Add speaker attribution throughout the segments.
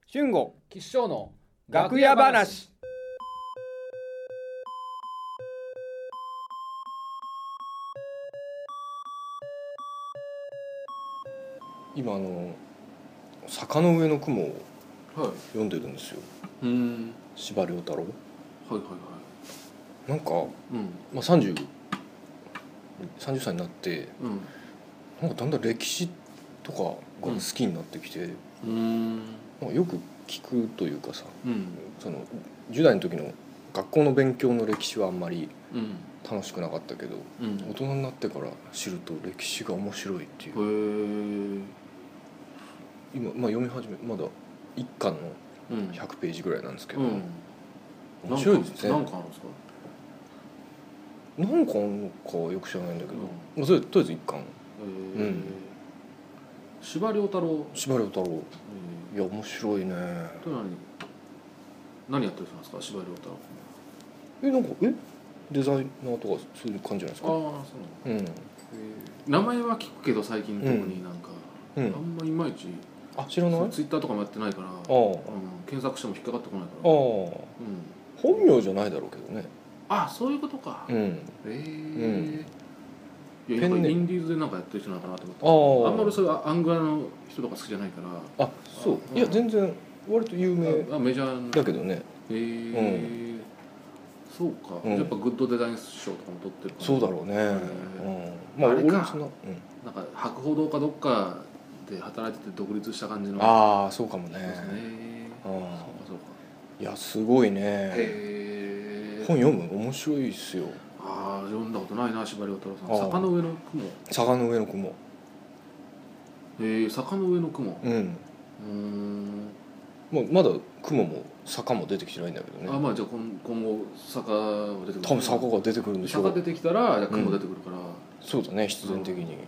Speaker 1: 俊吾
Speaker 2: 吉祥の
Speaker 1: 楽屋話。今坂の上の雲を
Speaker 2: はい
Speaker 1: 読んでるんですよ。
Speaker 2: うん
Speaker 1: 司馬遼太郎。
Speaker 2: はいはいはい
Speaker 1: なんか、
Speaker 2: うん
Speaker 1: 30歳になって
Speaker 2: うん
Speaker 1: なんかだんだん歴史とかが好きになってきて、
Speaker 2: うん
Speaker 1: なんかよく聞くというかさ、
Speaker 2: うん
Speaker 1: その10代の時の学校の勉強の歴史はあんまり
Speaker 2: うん
Speaker 1: 楽しくなかったけど、
Speaker 2: うん
Speaker 1: 大人になってから知ると歴史が面白いっていう。
Speaker 2: へえ
Speaker 1: 今、読み始めまだ1巻の
Speaker 2: うん
Speaker 1: 100ページぐらいなんですけど、
Speaker 2: うん
Speaker 1: 面白いですね。
Speaker 2: なんかあるんですか？
Speaker 1: なんかあるのかよく知らないんだけど、
Speaker 2: うん
Speaker 1: それとりあえず1巻。
Speaker 2: うん司馬遼太郎
Speaker 1: 司馬遼太郎、いや面白いね。
Speaker 2: と何やってる人なんですか？司馬遼太郎
Speaker 1: なんかデザイナーとかそういう感じじゃないですか。
Speaker 2: ああそうなの。
Speaker 1: うん
Speaker 2: 名前は聞くけど最近特になんか
Speaker 1: うん
Speaker 2: あんまいまいち
Speaker 1: 知らない。
Speaker 2: ツイッターとかもやってないから検索しても引っかかってこないから
Speaker 1: 本名じゃないだろうけどね。
Speaker 2: そういうことかいや
Speaker 1: ペンネーム
Speaker 2: インディーズでなんかやってる人なのかなと思ってあんまりそういうアングラの人とか好きじゃないから
Speaker 1: そういや全然割と有名
Speaker 2: メジャー
Speaker 1: だけどね。
Speaker 2: そうかやっぱグッドデザイン賞とかも取ってるから
Speaker 1: そうだろうね。俺もそんな
Speaker 2: なんか博報堂かどっかで働いてて独立した感じの
Speaker 1: そうかもね。
Speaker 2: そうですねそうか
Speaker 1: いやすごいね。本読む面白いっすよ。
Speaker 2: 読んだことないな司馬遼太郎さん。坂の上の雲。
Speaker 1: 坂の上の雲。
Speaker 2: 坂の上の雲。
Speaker 1: まだ雲も坂も出てきてないんだけどね。
Speaker 2: じゃあ今後坂が出てくる。
Speaker 1: 多分坂が出てくるんでしょう。
Speaker 2: 坂出てきたら雲出てくるから。
Speaker 1: そうだね必然的に。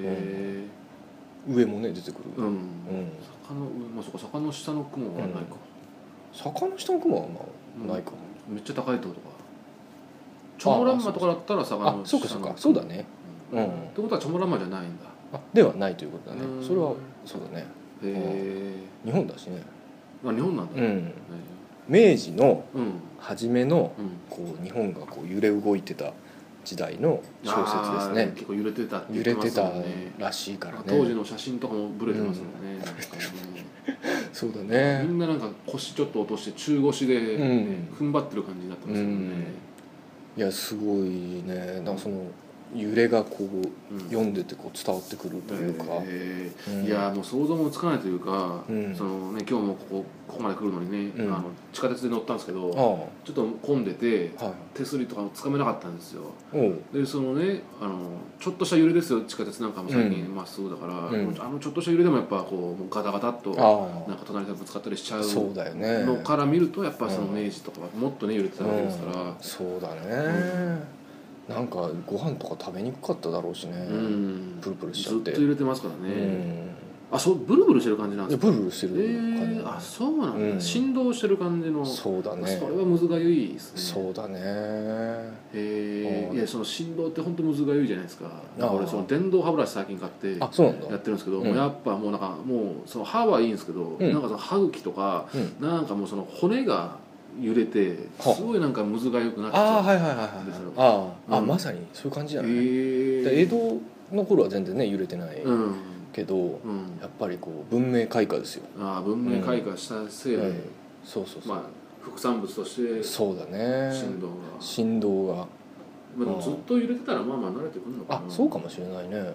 Speaker 1: 上もね出てくる。坂の
Speaker 2: 上そうか坂の下の雲はないか。
Speaker 1: 坂の下の雲はないか。
Speaker 2: めっちゃ高いとことか。チョモランマとかだったら坂の下の
Speaker 1: そうかそうだね。
Speaker 2: ってことはチョモランマじゃないんだ。
Speaker 1: ではないということだね。それはそうだね。日本だしね。
Speaker 2: 日本なんだ。
Speaker 1: 明治の初めのこう日本がこう揺れ動いてた時代の小説ですね。
Speaker 2: 結構揺れてたって言
Speaker 1: 揺
Speaker 2: ってますもんね。
Speaker 1: れてたらしいからね。
Speaker 2: 当時の写真とかもブレてますもんね。
Speaker 1: そうだね。
Speaker 2: みんななんか腰ちょっと落として中腰で踏ん張ってる感じになってますよね。
Speaker 1: いやすごいね。だからその揺れがこう読んでてこう伝わってくるというか、
Speaker 2: いやもう想像もつかないというか、そのね今日もここまで来るのにね、地下鉄で乗ったんですけど、ちょっと混んでて手すりとかつかめなかったんですよ。でそのねちょっとした揺れですよ。地下鉄なんかも最近まっすぐだから、ちょっとした揺れでもやっぱこうガタガタっとなんか隣でぶつかったりしちゃうのから見るとやっぱその明治とかはもっとね揺れてたわけですから。
Speaker 1: そうだね。なんかご飯とか食べにくかっただろうしね。プルプルしちゃって
Speaker 2: ずっと揺れてますからね。そうブルブルしてる感じなんですか？
Speaker 1: ブルブルしてる感じ。
Speaker 2: そうなんだ。振動してる感じの。
Speaker 1: そうだね。
Speaker 2: それはむずがゆいですね。
Speaker 1: そうだね。
Speaker 2: いやその振動って本当むずがゆいじゃないですか。俺その電動歯ブラシ最近買ってやってるんですけど、やっぱもうなんかもうその歯はいいんですけど、なんかその歯茎とかなんかもうその骨が揺れてすごいなんかむずがゆくなっちゃうんですよ。
Speaker 1: まさにそういう感じじゃない。江戸の頃は全然ね揺れてないけど、やっぱりこう文明開化ですよ。
Speaker 2: 文明開化したせいで、
Speaker 1: そう
Speaker 2: 副産物として
Speaker 1: そうだね。振動が
Speaker 2: ずっと揺れてたらまあ慣れてくるのかな。
Speaker 1: そうかもしれないね。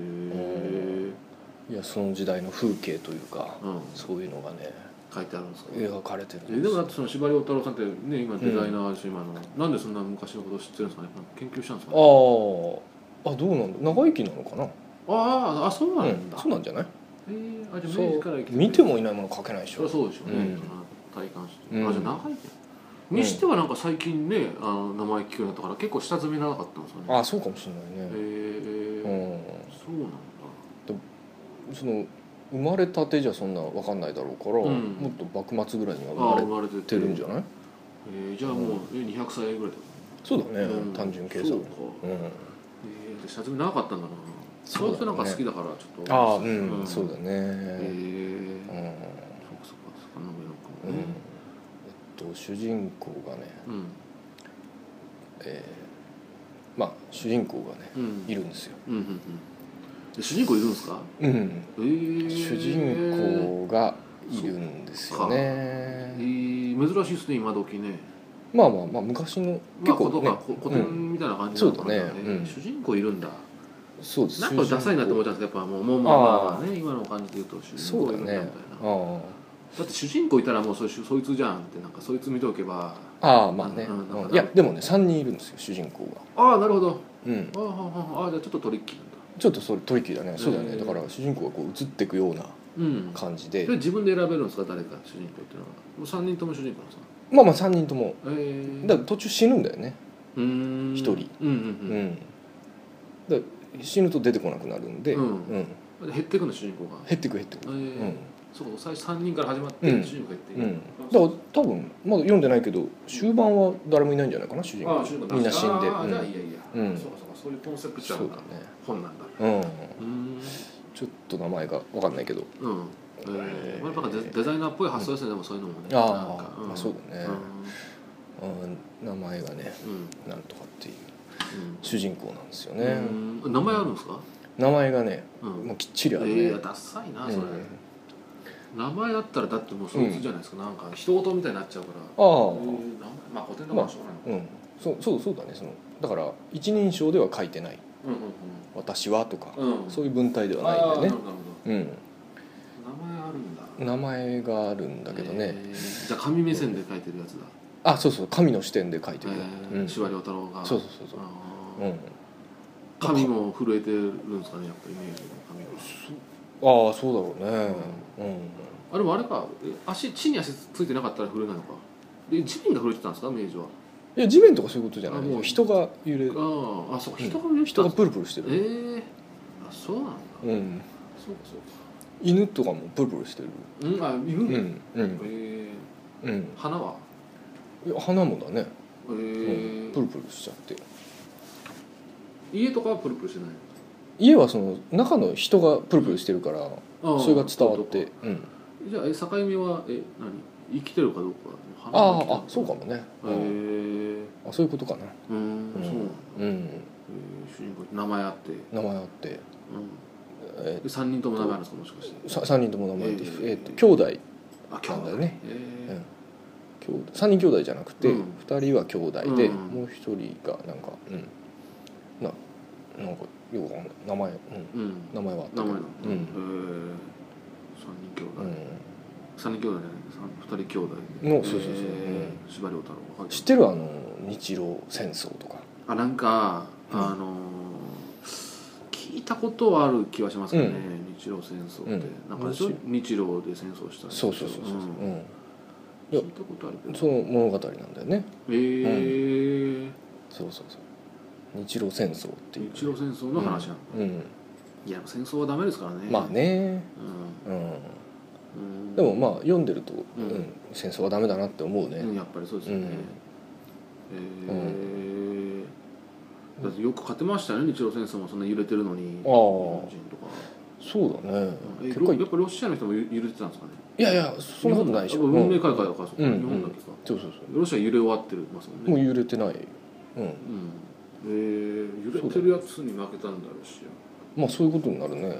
Speaker 1: いやその時代の風景というか、そういうのがね
Speaker 2: 書いてあるんですか？
Speaker 1: 描かれてるんです。
Speaker 2: でもだってその司馬遼太郎さんってね今デザイナーでしょ。今なんでそんな昔のことを知ってるんですかね。研究したんですかね。
Speaker 1: どうなんだ。長生きなのかな。
Speaker 2: そうなんだ。
Speaker 1: そうなんじゃない。
Speaker 2: じゃあ明治から生きて
Speaker 1: 見てもいないもの描けないでしょ。
Speaker 2: そうでしょうね。体感して。じゃあ長生きにしてはなんか最近ね名前聞くようになったから結構下積み長かったんですよね。
Speaker 1: そうかもしれないね。
Speaker 2: そうなんだ。
Speaker 1: その生まれたてじゃそんな分かんないだろうから、もっと幕末ぐらいには生まれてるんじゃない。
Speaker 2: じゃあもう200歳ぐらいだ。
Speaker 1: そうだね。単純計算。そうか。
Speaker 2: 下積み長かったんだな。そういう人なんか好きだからちょっと。
Speaker 1: そうだね。
Speaker 2: そうかそうか。
Speaker 1: 主人公がね、まあ主人公がね、いるんですよ。
Speaker 2: 主人公いるんですか？
Speaker 1: 主人公がいるんですよね。
Speaker 2: 珍しいですね、今時ね。
Speaker 1: まあ昔の
Speaker 2: 結構ね、古典みたいな感じなのかな。
Speaker 1: そうだね。
Speaker 2: 主人公いるんだ。
Speaker 1: そうです。
Speaker 2: なんかダサいなって思っちゃうんですけど、やっぱもうまあね、今の感じで言うと主人公いるんだみたいな。だって主人公いたらもうそいつじゃんって、なんかそいつ見ておけば。
Speaker 1: まあね。いやでもね、3人いるんですよ、主人公が。
Speaker 2: なるほど。じゃあちょっとトリッキーなんだ。
Speaker 1: ちょっとそれトリッキーだね。そうだね。だから主人公がこう映っていくような感じで。
Speaker 2: 自分で選べるんですか、誰か主人公っていうのは。もう3人とも主人公なんですか？
Speaker 1: まあ3人とも。だから途中死ぬんだよね。1人。だ死ぬと出てこなくなるんで。減
Speaker 2: っていくの、主人公が。
Speaker 1: 減っていく。
Speaker 2: そうか、最初3人から始まって主人公減っていく。
Speaker 1: だから多分まだ読んでないけど終盤は誰もいないんじゃないかな、主人公。みんな死んで。
Speaker 2: じゃあいやそういうコンセプトな本なんだ。
Speaker 1: ちょっと名前が分かんないけど。
Speaker 2: なんかデザイナーっぽい発想ですね、でもそういうのもね。
Speaker 1: そうだね。名前がね、なんとかっていう主人公なんですよね。
Speaker 2: 名前あるんですか？
Speaker 1: 名前がね、もうきっちりあるね。
Speaker 2: ダサいなそれ。名前だったらだってもうそいつじゃないですか。なんか人事みたいになっちゃうから。まあ古典だからしょうがないのか。
Speaker 1: そうだね。だから一人称では書いてない。私はとかそういう文体ではないんだよね。名前があるんだけどね。
Speaker 2: じゃあ紙目線で書いてるやつだ。
Speaker 1: そう神の視点で書いてる。
Speaker 2: 司馬遼太郎が。
Speaker 1: そう。
Speaker 2: 紙も震えてるんですかね、やっぱりね、
Speaker 1: 紙が。そうだろうね。
Speaker 2: でもあれか、地に足ついてなかったら震えないのか。で地面が震えてたんですか、明治は。
Speaker 1: いや地面とかそういうことじゃない。もう人が揺れる。
Speaker 2: そうか、人が揺れてた。
Speaker 1: 人がプルプルしてる。
Speaker 2: そうなんだ。そうか。
Speaker 1: 犬とかもプルプルしてる。
Speaker 2: 犬。花は？
Speaker 1: 花もだね。プルプルしちゃって。
Speaker 2: 家とかはプルプルしてない？
Speaker 1: 家はその中の人がプルプルしてるから、それが伝わって。
Speaker 2: じゃあ境目は生きてるかどうか。
Speaker 1: そうかもね。そういうことかな。
Speaker 2: そうなんだ。主人公名前あって。3人とも名前あるんですか、もしかして。
Speaker 1: 3人とも名前で兄弟なんだよね。3人兄弟じゃなくて2人は兄弟で、もう1人がなんかなんかよくわかんない名前はあったけど。3人
Speaker 2: 兄弟。3人兄弟じゃない、2人兄弟
Speaker 1: の。そう
Speaker 2: 司馬遼太郎。
Speaker 1: 知ってる？日露戦争とか。
Speaker 2: なんか聞いたことはある気はしますね。日露戦争ってなんか日露で戦争したり。
Speaker 1: そう聞
Speaker 2: いたことあるけど、
Speaker 1: その物語なんだよね。そう日露戦争っていう。
Speaker 2: 日露戦争の話なの。いや戦争はダメですからね。
Speaker 1: まあね。でもまあ読んでると戦争はダメだなって思うね。
Speaker 2: やっぱりそうですよね。だってよく勝てましたよね、日露戦争も。そんな揺れてるのに日本人とか。
Speaker 1: そうだね。
Speaker 2: やっぱロシアの人も揺れてたんですかね。
Speaker 1: いやそんなことないでしょ。
Speaker 2: 文明開化だから。日本だけか。
Speaker 1: そう
Speaker 2: ロシア揺れ終わってますもんね。
Speaker 1: もう揺れてない。
Speaker 2: 揺れてるやつに負けたんだ、ロシ
Speaker 1: ア。まあそういうことになるね。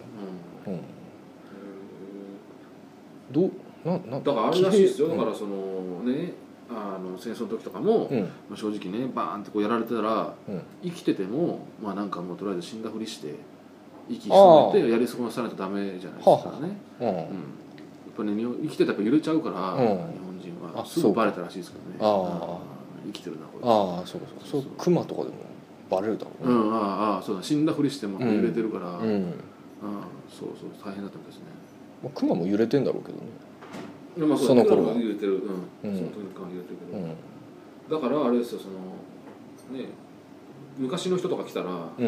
Speaker 2: だからあれらしいですよ。だからそのね、戦争の時とかも正直ね、バーンってこうやられてたら生きててもまあなんかもうとりあえず死んだふりして息潜めてやり過ごさないとダメじゃないですかね。やっぱね、生きてたらやっぱ揺れちゃうから日本人はすぐバレたらしいですけどね。生きてるなこれ。
Speaker 1: そうクマとかでもバレるだろうね。
Speaker 2: そうだ、死んだふりしても揺れてるから、そう大変だったみたいですね。
Speaker 1: クマも揺れてんだろうけどね。
Speaker 2: その頃は揺れてる。その時間揺れてるけど、だからあれですよ、そのね、昔の人とか来たら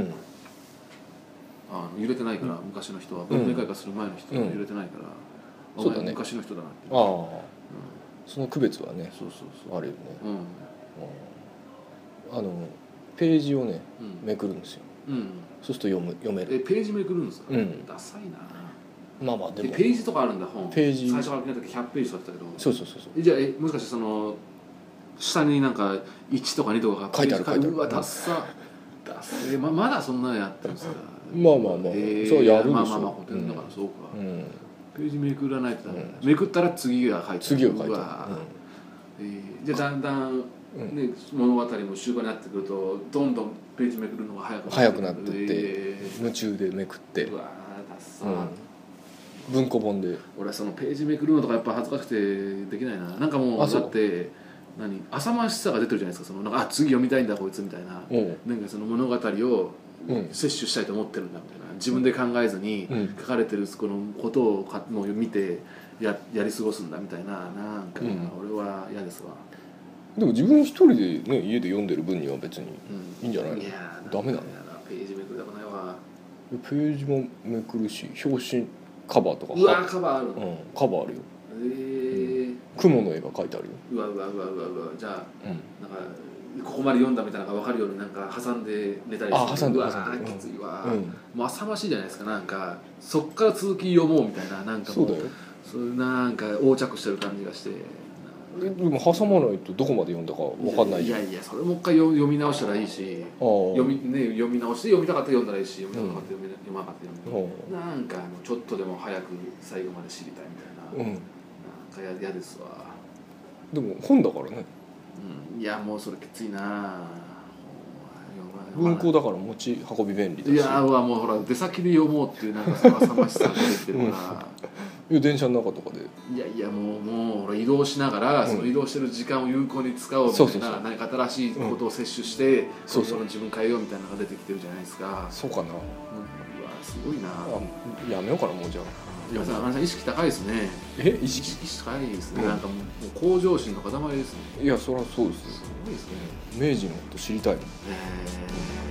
Speaker 2: 揺れてないから、昔の人は文明開化する前の人は揺れてないから、お前昔の人だなって。
Speaker 1: その区別はねあるよね。ページをねめくるんですよ。そうすると読める。
Speaker 2: ページめくるんですか？ダサいな。
Speaker 1: まあでも
Speaker 2: ページとかあるんだ、本。
Speaker 1: ページ
Speaker 2: 最初から見た時100ページだったけど。
Speaker 1: そう
Speaker 2: じゃあもしかしてその下になんか1とか2とか
Speaker 1: 書いてある
Speaker 2: うわダッサまだそんなのやってるんですか。
Speaker 1: まあまあまあ、そうやるでしょ。
Speaker 2: まあ古典だからそうか、ページめくらないとダメだ、めくったら次が書いてある。
Speaker 1: 次が書いてあ
Speaker 2: る。じゃあだんだんね、物語も終盤になってくるとどんどんページめくるのが早くなって
Speaker 1: って、夢中でめくって、
Speaker 2: うわダッサ、
Speaker 1: 文庫本で。
Speaker 2: 俺はそのページめくるのとかやっぱ恥ずかしくてできないな。なんかもうだって浅ましさが出てるじゃないですか。そのなんか次読みたいんだこいつみたいな、なんかその物語を摂取したいと思ってるんだみたいな、自分で考えずに書かれてるこのことを見てやり過ごすんだみたいな、なんか俺は嫌ですわ。
Speaker 1: でも自分一人でね家で読んでる分には別にいいんじゃないの？
Speaker 2: いや
Speaker 1: ダメなの？
Speaker 2: ページめくりたくないわ。
Speaker 1: ページもめくるし、表紙カバーとか。
Speaker 2: うわカバーある。
Speaker 1: カバーあるよ。雲の絵が描いてあるよ。
Speaker 2: うわじゃあ、なんかここまで読んだみたいなのが分かるようになんか挟んで寝たりして。
Speaker 1: 挟んで。
Speaker 2: うわきついわ。もう浅ましいじゃないですか。なんかそっから続き読もうみたいな、なんかもうそうなんか横着してる感じがして。
Speaker 1: でも挟まないとどこまで読んだか分かんない。
Speaker 2: いやそれもう一回読み直したらいいし、読み直して読みたかったら読んだらいいし、読みたかったら読まなかったら読む。なんかちょっとでも早く最後まで知りたいみたいな、なんか嫌ですわ。
Speaker 1: でも本だからね。
Speaker 2: いやもうそれきついな。
Speaker 1: 文庫だから持ち運び便利だし。
Speaker 2: いやもうほら出先で読もうっていうなんかその浅ましさが出てるから。
Speaker 1: 電車の中とかで。
Speaker 2: いやもう移動しながら、その移動してる時間を有効に使おうみたいな、何か新しいことを摂取して、その自分変えようみたいなのが出てきてるじゃないですか。
Speaker 1: そうかな。
Speaker 2: うわすごいな。
Speaker 1: やめようかなもうじゃあ。
Speaker 2: あなた意識高いですね。
Speaker 1: 意識
Speaker 2: 高いですね。なんかもう向上心の塊ですね。
Speaker 1: いやそりゃそうですよ。
Speaker 2: すごいですね。
Speaker 1: 明治のこと知りたい。